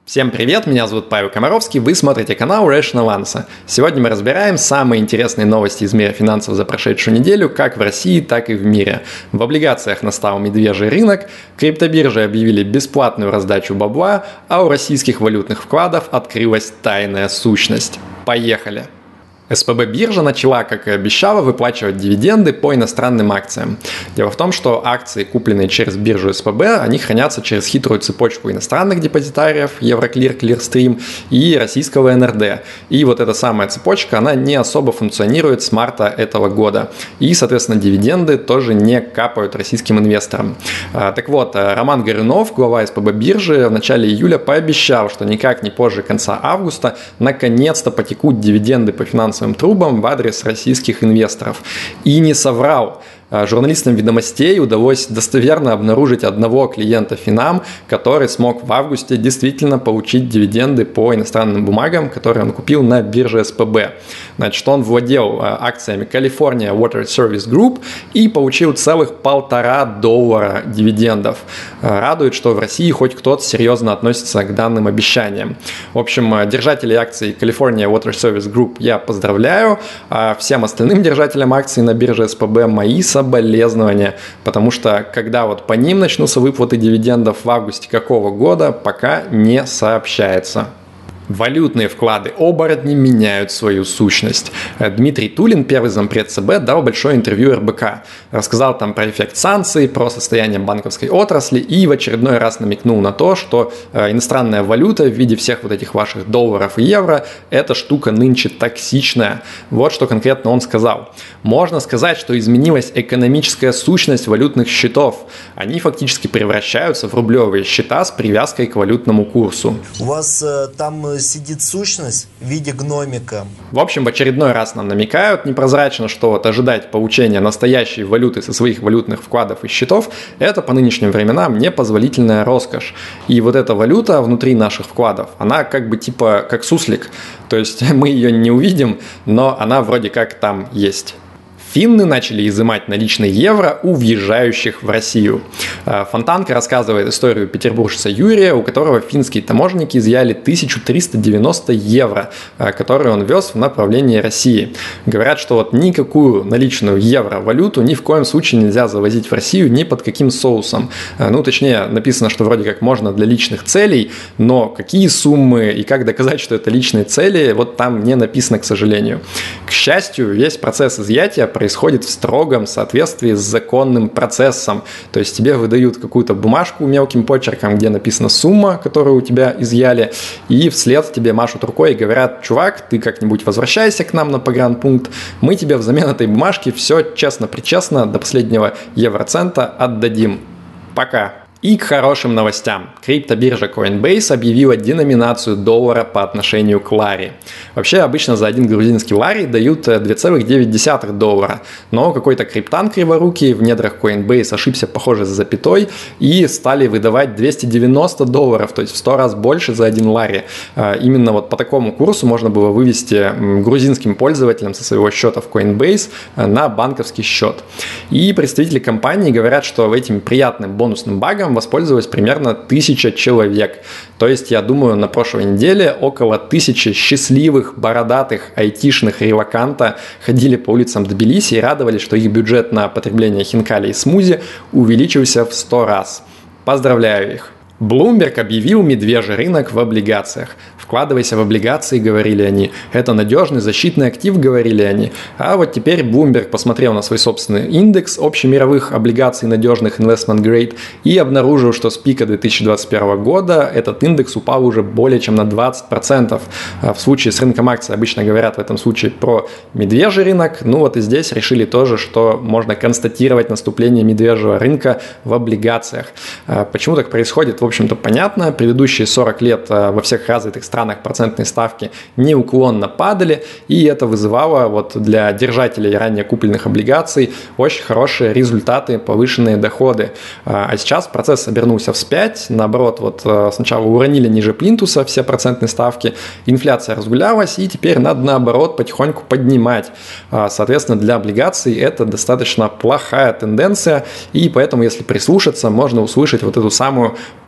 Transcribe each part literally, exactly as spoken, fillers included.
Всем привет, меня зовут Павел Комаровский, вы смотрите канал Rational Answer. Сегодня мы разбираем самые интересные новости из мира финансов за прошедшую неделю, как в России, так и в мире. В облигациях настал медвежий рынок, криптобиржи объявили бесплатную раздачу бабла, а у российских валютных вкладов открылась тайная сущность. Поехали! эс пэ бэ биржа начала, как и обещала, выплачивать дивиденды по иностранным акциям. Дело в том, что акции, купленные через биржу эс пэ бэ, они хранятся через хитрую цепочку иностранных депозитариев Euroclear, Clearstream и российского эн эр дэ. И вот эта самая цепочка, она не особо функционирует с марта этого года. И, соответственно, дивиденды тоже не капают российским инвесторам. Так вот, Роман Горюнов, глава эс пэ бэ биржи, в начале июля пообещал, что никак не позже конца августа наконец-то потекут дивиденды по финансовым трубам в адрес российских инвесторов. И не соврал. Журналистам «Ведомостей» удалось достоверно обнаружить одного клиента Финам, который смог в августе действительно получить дивиденды по иностранным бумагам, которые он купил на бирже эс пэ бэ. Значит, он владел акциями California Water Service Group и получил целых полтора доллара дивидендов. Радует, что в России хоть кто-то серьезно относится к данным обещаниям. В общем, держателей акций California Water Service Group я поздравляю, а всем остальным держателям акций на бирже эс пэ бэ мои соболезнования, потому что когда вот по ним начнутся выплаты дивидендов в августе какого года, пока не сообщается. Валютные вклады оборотни меняют свою сущность. Дмитрий Тулин, первый зампред цэ бэ, дал большое интервью эр бэ ка. Рассказал там про эффект санкций, про состояние банковской отрасли и в очередной раз намекнул на то, что иностранная валюта в виде всех вот этих ваших долларов и евро – эта штука нынче токсичная. Вот что конкретно он сказал. Можно сказать, что изменилась экономическая сущность валютных счетов. Они фактически превращаются в рублевые счета с привязкой к валютному курсу. У вас э, там сидит сущность в виде гномика. В общем, в очередной раз нам намекают непрозрачно, что вот ожидать получения настоящей валюты со своих валютных вкладов и счетов – это по нынешним временам непозволительная роскошь. И вот эта валюта внутри наших вкладов, она как бы типа как суслик. То есть мы ее не увидим, но она вроде как там есть. Финны начали изымать наличные евро у въезжающих в Россию. Фонтанка рассказывает историю петербуржца Юрия, у которого финские таможенники изъяли тысячу триста девяносто евро, которые он вез в направлении России. Говорят, что вот никакую наличную евро-валюту ни в коем случае нельзя завозить в Россию ни под каким соусом. Ну, точнее, написано, что вроде как можно для личных целей, но какие суммы и как доказать, что это личные цели, вот там не написано, к сожалению. К счастью, весь процесс изъятия происходит в строгом соответствии с законным процессом. То есть тебе выдают какую-то бумажку мелким почерком, где написана сумма, которую у тебя изъяли, и вслед тебе машут рукой и говорят: чувак, ты как-нибудь возвращайся к нам на погранпункт, мы тебе взамен этой бумажки все честно-причестно до последнего евроцента отдадим. Пока. И к хорошим новостям. Криптобиржа Coinbase объявила деноминацию доллара по отношению к лари. Вообще, обычно за один грузинский лари дают две целых девять десятых доллара. Но какой-то криптан криворукий в недрах Coinbase ошибся, похоже, с запятой и стали выдавать двести девяносто долларов, то есть в сто раз больше за один лари. Именно вот по такому курсу можно было вывести грузинским пользователям со своего счета в Coinbase на банковский счет. И представители компании говорят, что этим приятным бонусным багом воспользовалось примерно тысяча человек. То есть, я думаю, на прошлой неделе около тысячи счастливых, бородатых, айтишных релоканта ходили по улицам Тбилиси и радовались, что их бюджет на потребление хинкали и смузи увеличился в сто раз. Поздравляю их! Bloomberg объявил медвежий рынок в облигациях. Вкладывайся в облигации, говорили они. Это надежный защитный актив, говорили они. А вот теперь Bloomberg посмотрел на свой собственный индекс общемировых облигаций надежных investment grade и обнаружил, что с пика две тысячи двадцать первого года этот индекс упал уже более чем на двадцать процентов. В случае с рынком акций обычно говорят в этом случае про медвежий рынок. Ну вот и здесь решили тоже, что можно констатировать наступление медвежьего рынка в облигациях. Почему так происходит? В общем-то, понятно. Предыдущие сорок лет во всех развитых странах процентные ставки неуклонно падали, и это вызывало вот для держателей ранее купленных облигаций очень хорошие результаты, повышенные доходы. А сейчас процесс обернулся вспять. Наоборот, вот сначала уронили ниже плинтуса все процентные ставки, инфляция разгулялась, и теперь надо, наоборот, потихоньку поднимать. Соответственно, для облигаций это достаточно плохая тенденция, и поэтому, если прислушаться, можно услышать вот эту самую полезную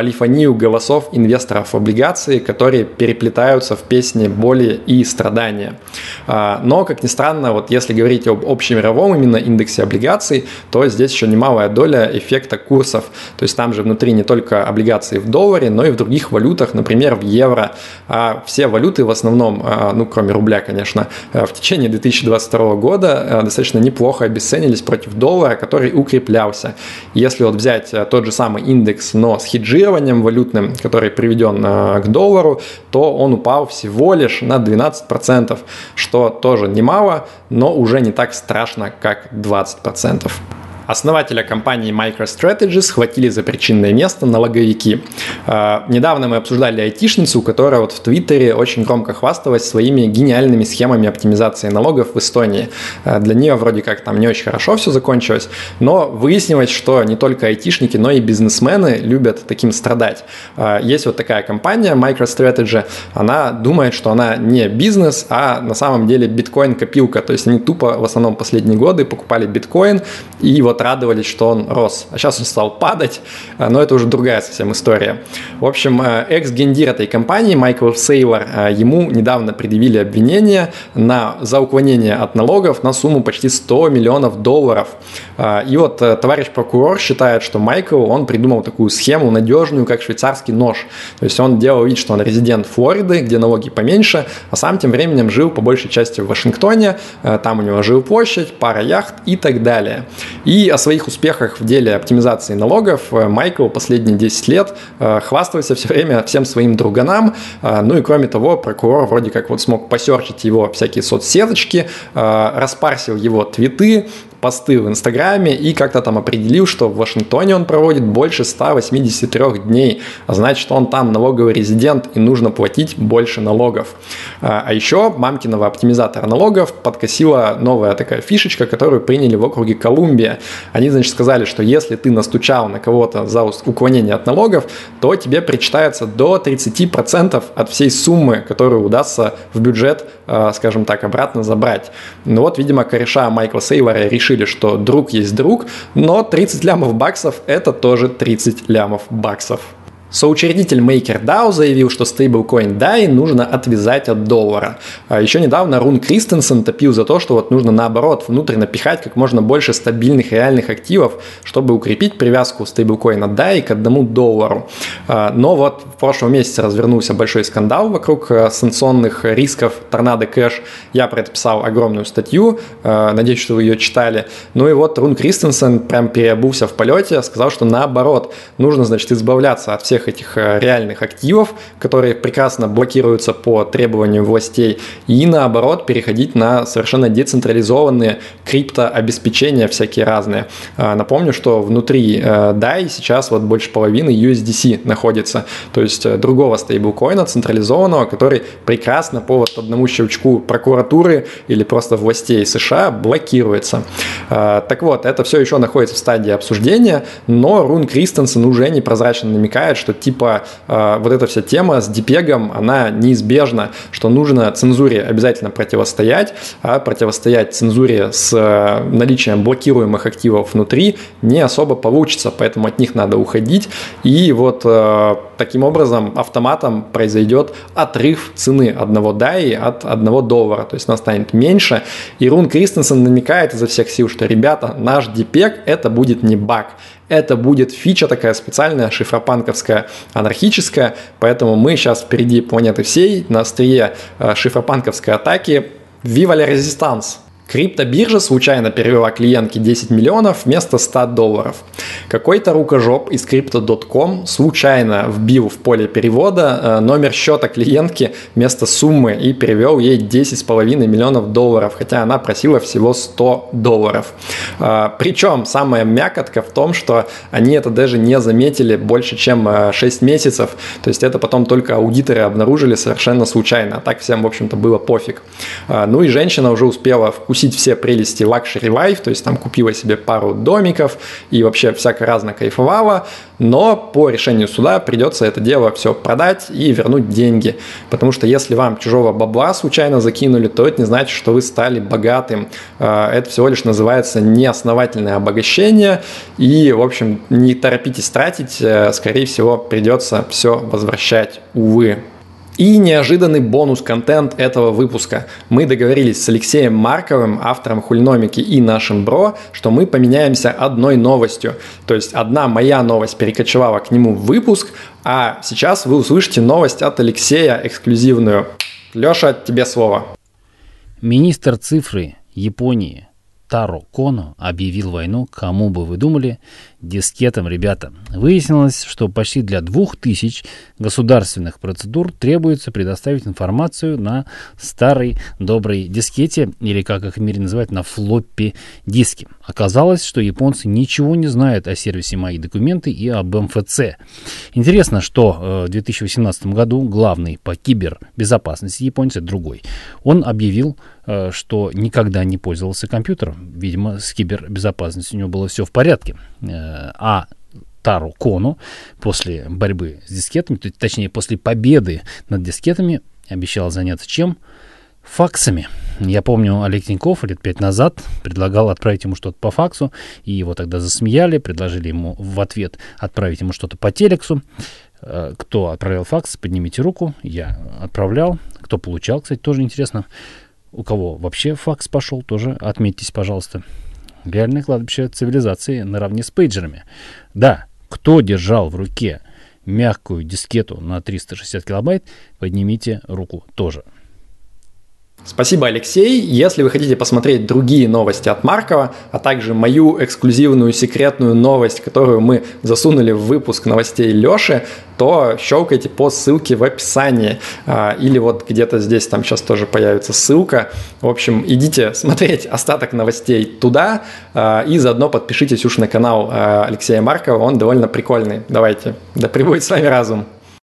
полифонию голосов инвесторов в облигации, которые переплетаются в песне боли и страдания. Но, как ни странно, вот если говорить об общемировом именно индексе облигаций, то здесь еще немалая доля эффекта курсов. То есть там же внутри не только облигации в долларе, но и в других валютах, например, в евро. А все валюты в основном, ну, кроме рубля, конечно, в течение две тысячи двадцать второго года достаточно неплохо обесценились против доллара, который укреплялся. Если вот взять тот же самый индекс, но с хеджированием валютным, который приведен к доллару, то он упал всего лишь на двенадцать процентов, что тоже немало, но уже не так страшно, как двадцать процентов. Основателя компании MicroStrategy схватили за причинное место налоговики. Э, недавно мы обсуждали айтишницу, которая вот в Твиттере очень громко хвасталась своими гениальными схемами оптимизации налогов в Эстонии. Э, для нее вроде как там не очень хорошо все закончилось, но выяснилось, что не только айтишники, но и бизнесмены любят таким страдать. Э, есть вот такая компания MicroStrategy, она думает, что она не бизнес, а на самом деле биткоин-копилка. То есть они тупо в основном последние годы покупали биткоин и вот радовались, что он рос. А сейчас он стал падать, но это уже другая совсем история. В общем, экс-гендир этой компании Майкл Сейлор, ему недавно предъявили обвинение на, за уклонение от налогов на сумму почти сто миллионов долларов. И вот товарищ прокурор считает, что Майкл, он придумал такую схему надежную, как швейцарский нож. То есть он делал вид, что он резидент Флориды, где налоги поменьше, а сам тем временем жил по большей части в Вашингтоне, там у него жилплощадь, пара яхт и так далее. И о своих успехах в деле оптимизации налогов Майкл последние десять лет хвастался все время всем своим друганам. Ну и кроме того, прокурор вроде как вот смог посерчить его всякие соцсеточки, распарсил его твиты, посты в Инстаграме и как-то там определил, что в Вашингтоне он проводит больше ста восьмидесяти трёх дней, а значит, он там налоговый резидент и нужно платить больше налогов. А еще мамкиного оптимизатора налогов подкосила новая такая фишечка, которую приняли в округе Колумбия. Они, значит, сказали, что если ты настучал на кого-то за уклонение от налогов, то тебе причитается до тридцати процентов от всей суммы, которую удастся в бюджет, скажем так, обратно забрать. Ну вот, видимо, кореша Майкла Сейлора решили, что друг есть друг, но тридцать лямов баксов – это тоже тридцать лямов баксов. Соучредитель MakerDAO заявил, что стейблкоин дай нужно отвязать от доллара. Еще недавно Рун Кристенсен топил за то, что вот нужно наоборот внутрь напихать как можно больше стабильных реальных активов, чтобы укрепить привязку стейблкоина дай к одному доллару. Но вот в прошлом месяце развернулся большой скандал вокруг санкционных рисков Торнадо Кэш. Я про это писал огромную статью, надеюсь, что вы ее читали. Ну и вот Рун Кристенсен прям переобулся в полете, сказал, что наоборот, нужно, значит, избавляться от всех этих реальных активов, которые прекрасно блокируются по требованиям властей, и наоборот переходить на совершенно децентрализованные криптообеспечения всякие разные. Напомню, что внутри дай сейчас вот больше половины ю эс ди си находится, то есть другого стейблкоина централизованного, который прекрасно по вот одному щелчку прокуратуры или просто властей США блокируется. Так вот, это все еще находится в стадии обсуждения, но Рун Кристенсен уже непрозрачно намекает, что типа э, вот эта вся тема с дипегом, она неизбежна, что нужно цензуре обязательно противостоять, а противостоять цензуре с э, наличием блокируемых активов внутри не особо получится, поэтому от них надо уходить, и вот э, таким образом автоматом произойдет отрыв цены одного дай от одного доллара, то есть она станет меньше, и Рун Кристенсен намекает изо всех сил, что, ребята, наш дипег это будет не баг, это будет фича такая специальная, шифропанковская, анархическая, поэтому мы сейчас впереди планеты всей, на острие шифропанковской атаки. Viva la Resistance! Криптобиржа случайно перевела клиентке десять миллионов вместо ста долларов. Какой-то рукожоп из крипто точка ком случайно вбил в поле перевода номер счета клиентки вместо суммы и перевел ей десять с половиной миллионов долларов, хотя она просила всего сто долларов. Причем самая мякотка в том, что они это даже не заметили больше, чем шесть месяцев. То есть это потом только аудиторы обнаружили совершенно случайно. А так всем, в общем-то, было пофиг. Ну и женщина уже успела вкусить вкусить все прелести luxury life, то есть там купила себе пару домиков и вообще всяко разно кайфовала, но по решению суда придется это дело все продать и вернуть деньги, потому что если вам чужого бабла случайно закинули, то это не значит, что вы стали богатым. Это всего лишь называется неосновательное обогащение, и, в общем, не торопитесь тратить, скорее всего, придется все возвращать, увы. И неожиданный бонус-контент этого выпуска. Мы договорились с Алексеем Марковым, автором Хульномики и нашим бро, что мы поменяемся одной новостью. То есть одна моя новость перекочевала к нему в выпуск, а сейчас вы услышите новость от Алексея эксклюзивную. Леша, тебе слово. Министр цифры Японии Таро Коно объявил войну, кому бы вы думали, дискетам, ребята. Выяснилось, что почти для двух тысяч государственных процедур требуется предоставить информацию на старой доброй дискете, или как их в мире называют, на флоппи диске. Оказалось, что японцы ничего не знают о сервисе «Мои документы» и об эм эф цэ. Интересно, что в две тысячи восемнадцатом году главный по кибербезопасности японца, другой, он объявил, что никогда не пользовался компьютером. Видимо, с кибербезопасностью у него было все в порядке. А Таро Коно после борьбы с дискетами, точнее, после победы над дискетами, обещал заняться чем? Факсами. Я помню, Олег Тиньков лет пять назад предлагал отправить ему что-то по факсу, и его тогда засмеяли, предложили ему в ответ отправить ему что-то по телексу. Кто отправлял факс, поднимите руку. Я отправлял. Кто получал, кстати, тоже интересно. У кого вообще факс пошел, тоже отметьтесь, пожалуйста. Реальное кладбище цивилизации наравне с пейджерами. Да, кто держал в руке мягкую дискету на триста шестьдесят килобайт, поднимите руку тоже. Спасибо, Алексей. Если вы хотите посмотреть другие новости от Маркова, а также мою эксклюзивную секретную новость, которую мы засунули в выпуск новостей Леши, то щелкайте по ссылке в описании. Или вот где-то здесь, там сейчас тоже появится ссылка. В общем, идите смотреть остаток новостей туда и заодно подпишитесь уж на канал Алексея Маркова, он довольно прикольный. Давайте, да пребудет с вами разум.